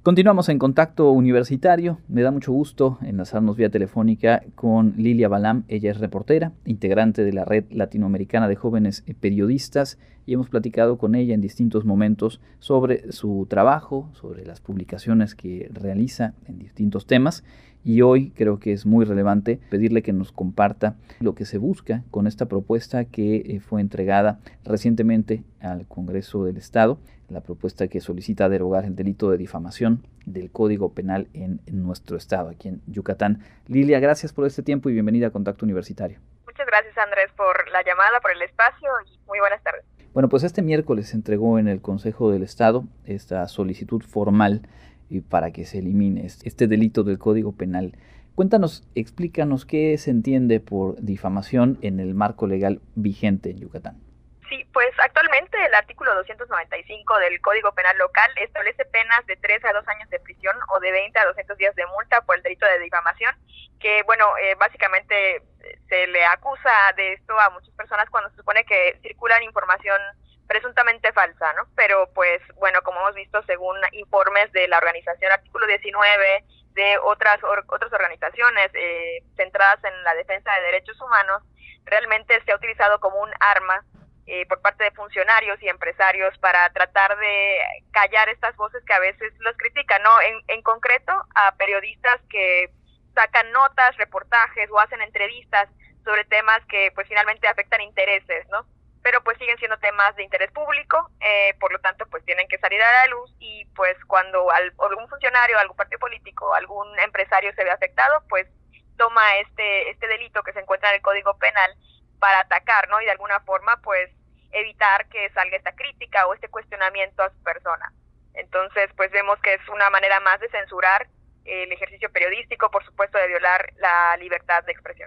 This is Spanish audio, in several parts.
Continuamos en Contacto Universitario. Me da mucho gusto enlazarnos vía telefónica con Lilia Balam. Ella es reportera, integrante de la Red Latinoamericana de Jóvenes Periodistas, y hemos platicado con ella en distintos momentos sobre su trabajo, sobre las publicaciones que realiza en distintos temas. Y hoy creo que es muy relevante pedirle que nos comparta lo que se busca con esta propuesta que fue entregada recientemente al Congreso del Estado, la propuesta que solicita derogar el delito de difamación del Código Penal en nuestro estado, aquí en Yucatán. Lilia, gracias por este tiempo y bienvenida a Contacto Universitario. Muchas gracias, Andrés, por la llamada, por el espacio y muy buenas tardes. Bueno, pues este miércoles se entregó en el Consejo del Estado esta solicitud formal para que se elimine este delito del Código Penal. Cuéntanos, explícanos qué se entiende por difamación en el marco legal vigente en Yucatán. Sí, pues actualmente el artículo 295 del Código Penal local establece penas de 3 a 2 años de prisión o de 20 a 200 días de multa por el delito de difamación, que básicamente se le acusa de esto a muchas personas cuando se supone que circulan información presuntamente falsa, ¿no? Pero pues bueno, como hemos visto según informes de la organización Artículo 19, de otras organizaciones centradas en la defensa de derechos humanos, realmente se ha utilizado como un arma por parte de funcionarios y empresarios para tratar de callar estas voces que a veces los critican, ¿no? En concreto a periodistas que sacan notas, reportajes o hacen entrevistas sobre temas que pues finalmente afectan intereses, ¿no? Pero pues siguen siendo temas de interés público, por lo tanto pues tienen que salir a la luz y pues cuando algún funcionario, algún partido político, algún empresario se ve afectado, pues toma este delito que se encuentra en el Código Penal para atacar, ¿no? Y de alguna forma pues evitar que salga esta crítica o este cuestionamiento a su persona. Entonces pues vemos que es una manera más de censurar el ejercicio periodístico, por supuesto de violar la libertad de expresión.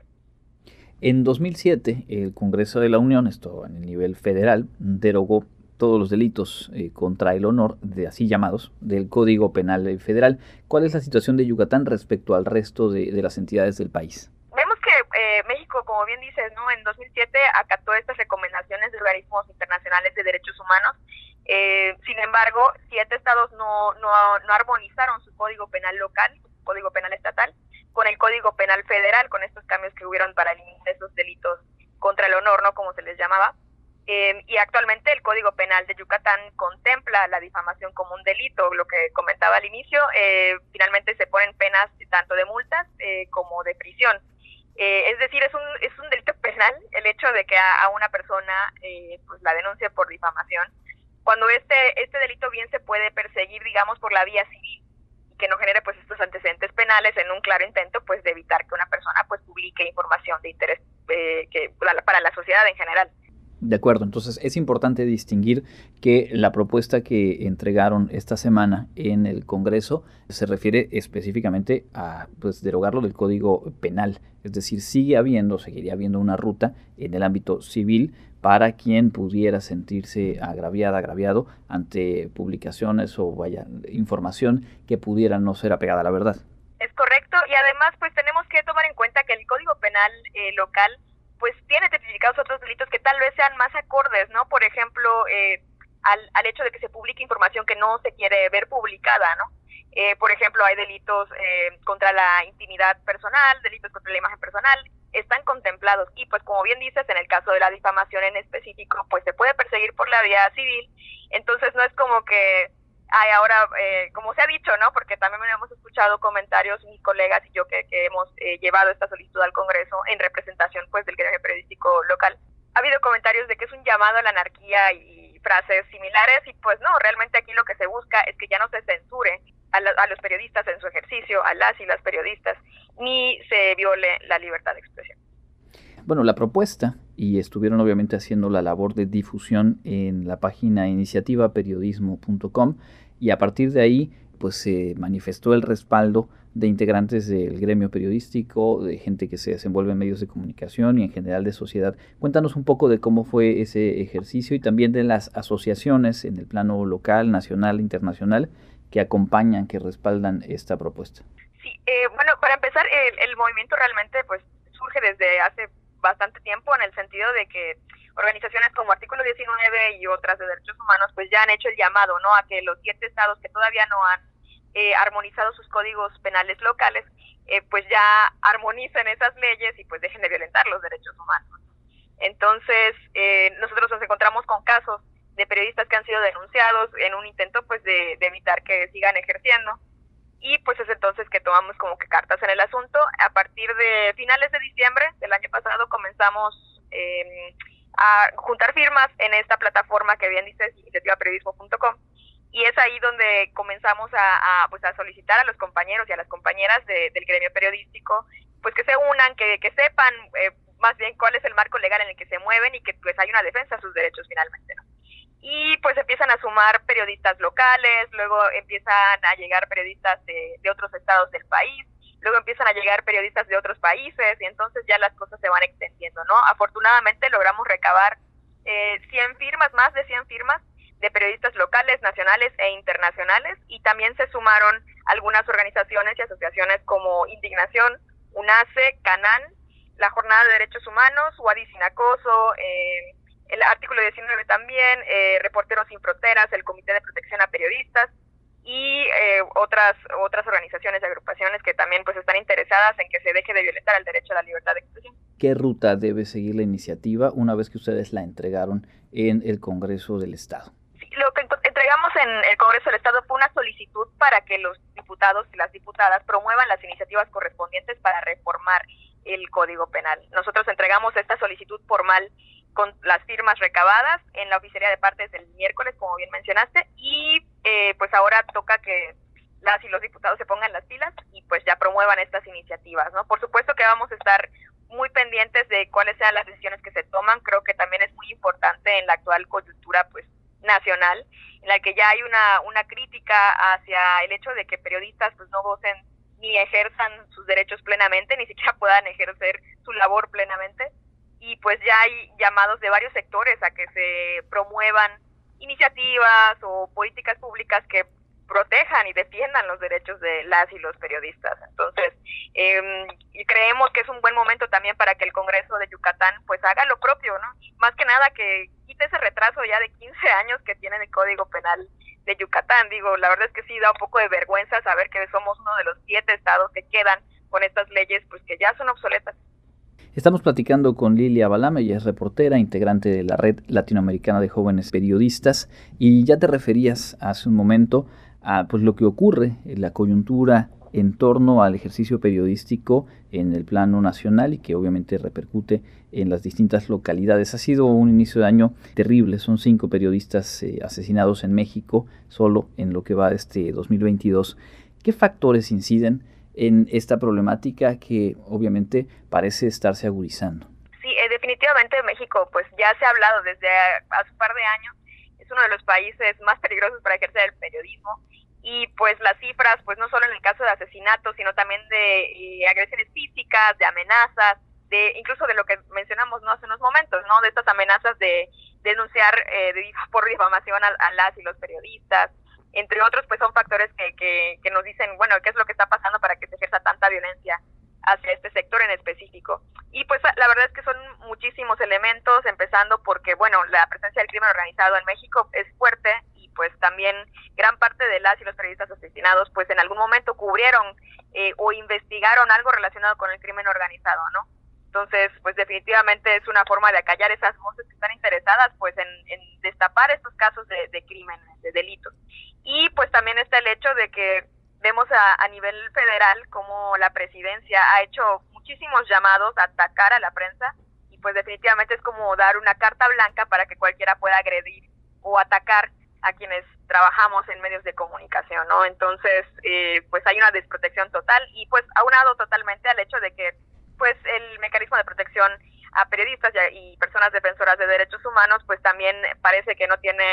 En 2007, el Congreso de la Unión, esto en el nivel federal, derogó todos los delitos contra el honor, de así llamados, del Código Penal Federal. ¿Cuál es la situación de Yucatán respecto al resto de las entidades del país? Vemos que México, como bien dices, ¿no? En 2007 acató estas recomendaciones de organismos internacionales de derechos humanos. Sin embargo, 7 estados no armonizaron su Código Penal local, su Código Penal estatal, con el Código Penal Federal, con estos cambios que hubieron para eliminar esos delitos contra el honor, ¿no? Como se les llamaba. Y actualmente el Código Penal de Yucatán contempla la difamación como un delito, lo que comentaba al inicio. Finalmente se ponen penas tanto de multas como de prisión. Es decir, es un delito penal el hecho de que a una persona pues la denuncie por difamación, cuando este delito bien se puede perseguir, digamos, por la vía civil, que no genere pues estos antecedentes penales en un claro intento pues de evitar que una persona pues publique información de interés para la sociedad en general. De acuerdo, entonces es importante distinguir que la propuesta que entregaron esta semana en el Congreso se refiere específicamente a pues derogarlo del Código Penal, es decir, seguiría habiendo una ruta en el ámbito civil para quien pudiera sentirse agraviado ante publicaciones o información que pudiera no ser apegada a la verdad. Es correcto, y además pues tenemos que tomar en cuenta que el Código Penal local pues tiene tipificados otros delitos que tal vez sean más acordes, ¿no? Por ejemplo, al hecho de que se publique información que no se quiere ver publicada, ¿no? Por ejemplo, hay delitos contra la intimidad personal, delitos contra la imagen personal, están contemplados y pues como bien dices, en el caso de la difamación en específico, pues se puede perseguir por la vía civil. Entonces no es como que hay ahora, como se ha dicho, ¿no? Porque también hemos escuchado comentarios, mis colegas y yo que hemos llevado esta solicitud al Congreso en representación pues del gremio periodístico local. Ha habido comentarios de que es un llamado a la anarquía y frases similares y pues no, realmente aquí lo que se busca es que ya no se censure a los periodistas en su ejercicio, a las y las periodistas, ni se viole la libertad de expresión. Bueno, la propuesta, y estuvieron obviamente haciendo la labor de difusión en la página iniciativaperiodismo.com, y a partir de ahí pues se manifestó el respaldo de integrantes del gremio periodístico, de gente que se desenvuelve en medios de comunicación y en general de sociedad. Cuéntanos un poco de cómo fue ese ejercicio y también de las asociaciones en el plano local, nacional, internacional que acompañan, que respaldan esta propuesta. Sí, bueno, para empezar, el movimiento realmente pues surge desde hace bastante tiempo en el sentido de que organizaciones como Artículo 19 y otras de derechos humanos pues ya han hecho el llamado, ¿no? A que los 7 estados que todavía no han armonizados sus códigos penales locales, pues ya armonicen esas leyes y pues dejen de violentar los derechos humanos. Entonces, nosotros nos encontramos con casos de periodistas que han sido denunciados en un intento pues de evitar que sigan ejerciendo, y pues es entonces que tomamos como que cartas en el asunto. A partir de finales de diciembre del año pasado comenzamos a juntar firmas en esta plataforma que bien dices, iniciativaperiodismo.com, y es ahí donde comenzamos a solicitar a los compañeros y a las compañeras del gremio periodístico pues que se unan, que sepan más bien cuál es el marco legal en el que se mueven y que pues hay una defensa a sus derechos finalmente, ¿no? Y pues empiezan a sumar periodistas locales, luego empiezan a llegar periodistas de otros estados del país, luego empiezan a llegar periodistas de otros países, y entonces ya las cosas se van extendiendo, ¿no? Afortunadamente logramos recabar 100 firmas, más de 100 firmas de periodistas locales, nacionales e internacionales, y también se sumaron algunas organizaciones y asociaciones como Indignación, UNACE, CANAN, la Jornada de Derechos Humanos, UADI Sin Acoso, el artículo 19 también, Reporteros Sin Fronteras, el Comité de Protección a Periodistas y otras organizaciones y agrupaciones que también pues están interesadas en que se deje de violentar el derecho a la libertad de expresión. ¿Qué ruta debe seguir la iniciativa una vez que ustedes la entregaron en el Congreso del Estado? Sí, lo que entregamos en el Congreso del Estado fue una solicitud para que los diputados y las diputadas promuevan las iniciativas correspondientes para reformar el Código Penal. Nosotros entregamos esta solicitud formal con las firmas recabadas en la oficialía de partes el miércoles, como bien mencionaste, y pues ahora toca que las y los diputados se pongan las pilas y pues ya promuevan estas iniciativas, ¿no? Por supuesto que vamos a estar muy pendientes de cuáles sean las decisiones que se toman. Creo que también es muy importante en la actual coyuntura pues nacional, en la que ya hay una crítica hacia el hecho de que periodistas pues no gocen ni ejerzan sus derechos plenamente, ni siquiera puedan ejercer su labor plenamente. Y pues ya hay llamados de varios sectores a que se promuevan iniciativas o políticas públicas que protejan y defiendan los derechos de las y los periodistas. Entonces, creemos que es un buen momento también para que el Congreso de Yucatán pues haga lo propio, ¿no? Más que nada que quite ese retraso ya de 15 años que tiene el Código Penal de Yucatán. Digo, la verdad es que sí da un poco de vergüenza saber que somos uno de los 7 estados que quedan con estas leyes pues que ya son obsoletas. Estamos platicando con Lilia Balam, ella es reportera, integrante de la Red Latinoamericana de Jóvenes Periodistas, y ya te referías hace un momento a pues lo que ocurre en la coyuntura en torno al ejercicio periodístico en el plano nacional y que obviamente repercute en las distintas localidades. Ha sido un inicio de año terrible, son 5 periodistas asesinados en México solo en lo que va de este 2022. ¿Qué factores inciden en esta problemática que obviamente parece estarse agudizando? Sí, definitivamente México pues ya se ha hablado desde hace un par de años, es uno de los países más peligrosos para ejercer el periodismo, y pues las cifras pues no solo en el caso de asesinatos, sino también de agresiones físicas, de amenazas, de incluso de lo que mencionamos no hace unos momentos, ¿no? De estas amenazas de denunciar por difamación a las y los periodistas, entre otros, pues son factores que nos dicen, bueno, qué es lo que está pasando para que se ejerza tanta violencia hacia este sector en específico. Y pues la verdad es que son muchísimos elementos, empezando porque, bueno, la presencia del crimen organizado en México es fuerte, y pues también gran parte de las y los periodistas asesinados pues en algún momento cubrieron o investigaron algo relacionado con el crimen organizado, ¿no? Entonces, pues definitivamente es una forma de acallar esas voces que están interesadas pues en destapar estos casos de crímenes, de delitos. Y pues también está el hecho de que vemos a nivel federal como la presidencia ha hecho muchísimos llamados a atacar a la prensa, y pues definitivamente es como dar una carta blanca para que cualquiera pueda agredir o atacar a quienes trabajamos en medios de comunicación, ¿no? Entonces, pues hay una desprotección total, y pues aunado totalmente al hecho de que pues el mecanismo de protección a periodistas y personas defensoras de derechos humanos pues también parece que no tiene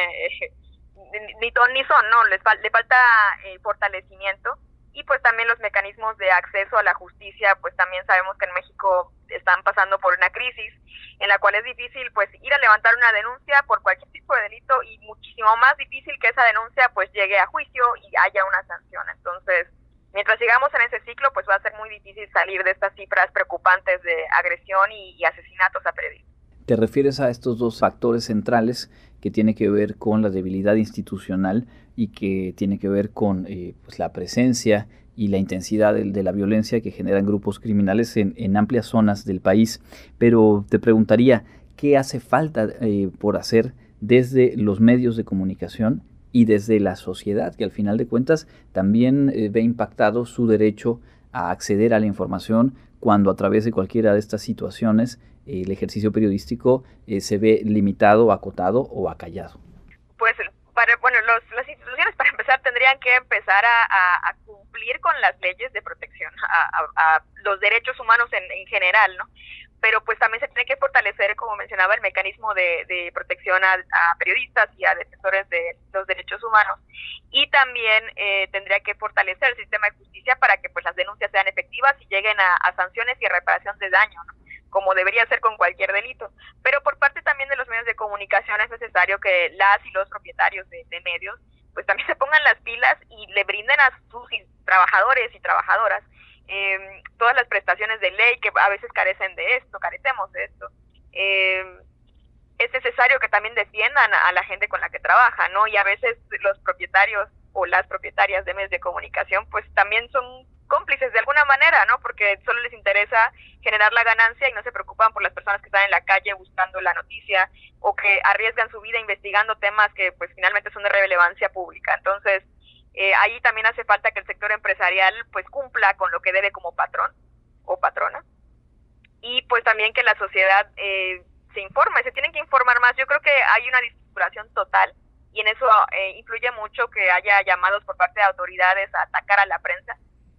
ni ton ni son, ¿no? Le falta fortalecimiento, y pues también los mecanismos de acceso a la justicia, pues también sabemos que en México están pasando por una crisis en la cual es difícil pues ir a levantar una denuncia por cualquier tipo de delito, y muchísimo más difícil que esa denuncia pues llegue a juicio y haya una sanción. Entonces, mientras sigamos en ese ciclo, pues va a ser muy difícil salir de estas cifras preocupantes de agresión y asesinatos a periodistas. Te refieres a estos dos factores centrales que tiene que ver con la debilidad institucional y que tiene que ver con pues la presencia y la intensidad de la violencia que generan grupos criminales en amplias zonas del país. Pero te preguntaría, ¿qué hace falta por hacer desde los medios de comunicación y desde la sociedad, que al final de cuentas también ve impactado su derecho a acceder a la información cuando a través de cualquiera de estas situaciones el ejercicio periodístico se ve limitado, acotado o acallado? Pues las instituciones, para empezar, tendrían que empezar a cumplir con las leyes de protección a los derechos humanos en general, ¿no? Pero pues también se tiene que fortalecer, como mencionaba, el mecanismo de protección a periodistas y a defensores de los derechos humanos. Y también tendría que fortalecer el sistema de justicia para que pues las denuncias sean efectivas y lleguen a sanciones y a reparación de daño, ¿no? Como debería ser con cualquier delito. Pero por parte también de los medios de comunicación es necesario que las y los propietarios de medios pues también se pongan las pilas y le brinden a sus trabajadores y trabajadoras todas las prestaciones de ley que a veces carecemos de esto. Es necesario que también defiendan a la gente con la que trabajan, ¿no? Y a veces los propietarios o las propietarias de medios de comunicación pues también son cómplices de alguna manera, ¿no? Porque solo les interesa generar la ganancia y no se preocupan por las personas que están en la calle buscando la noticia o que arriesgan su vida investigando temas que pues finalmente son de relevancia pública. Entonces, ahí también hace falta que el sector empresarial pues cumpla con lo que debe como patrón o patrona, y pues también que la sociedad se informe, se tienen que informar más. Yo creo que hay una desvinculación total y en eso influye mucho que haya llamados por parte de autoridades a atacar a la prensa,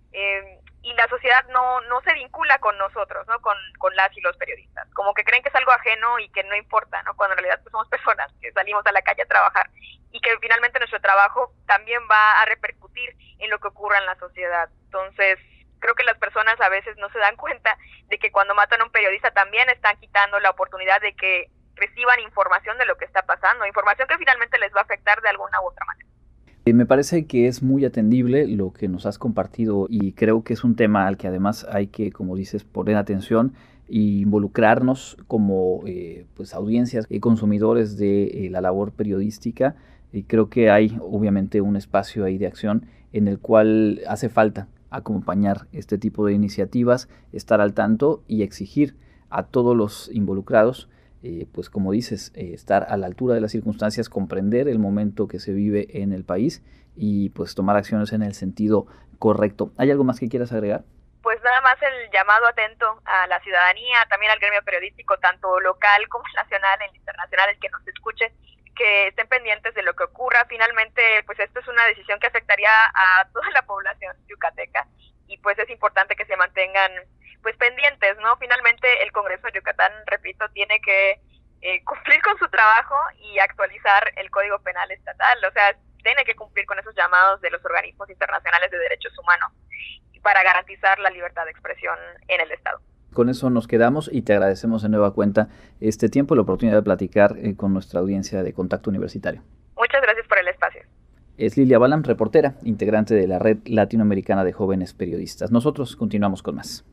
y la sociedad no se vincula con nosotros, ¿no? Con las y los periodistas, como que creen que es algo ajeno y que no importa, ¿no? Cuando en realidad pues somos personas que salimos a la calle a trabajar y que finalmente nuestro trabajo también va a repercutir en lo que ocurra en la sociedad. Entonces, creo que las personas a veces no se dan cuenta de que cuando matan a un periodista también están quitando la oportunidad de que reciban información de lo que está pasando, información que finalmente les va a afectar de alguna u otra manera. Me parece que es muy atendible lo que nos has compartido y creo que es un tema al que además hay que, como dices, poner atención e involucrarnos como pues audiencias y consumidores de la labor periodística. Y creo que hay obviamente un espacio ahí de acción en el cual hace falta acompañar este tipo de iniciativas, estar al tanto y exigir a todos los involucrados pues como dices, estar a la altura de las circunstancias, comprender el momento que se vive en el país y pues tomar acciones en el sentido correcto. ¿Hay algo más que quieras agregar? Pues nada más el llamado atento a la ciudadanía, también al gremio periodístico, tanto local como nacional e internacional, el que nos escuche, que estén pendientes de lo que ocurra. Finalmente, pues esto es una decisión que afectaría a toda la población yucateca y pues es importante que se mantengan pues pendientes, ¿no? Finalmente el Congreso de Yucatán, repito, tiene que cumplir con su trabajo y actualizar el Código Penal estatal, o sea, tiene que cumplir con esos llamados de los organismos internacionales de derechos humanos para garantizar la libertad de expresión en el Estado. Con eso nos quedamos y te agradecemos de nueva cuenta este tiempo y la oportunidad de platicar con nuestra audiencia de Contacto Universitario. Muchas gracias por el espacio. Es Lilia Balam, reportera, integrante de la Red Latinoamericana de Jóvenes Periodistas. Nosotros continuamos con más.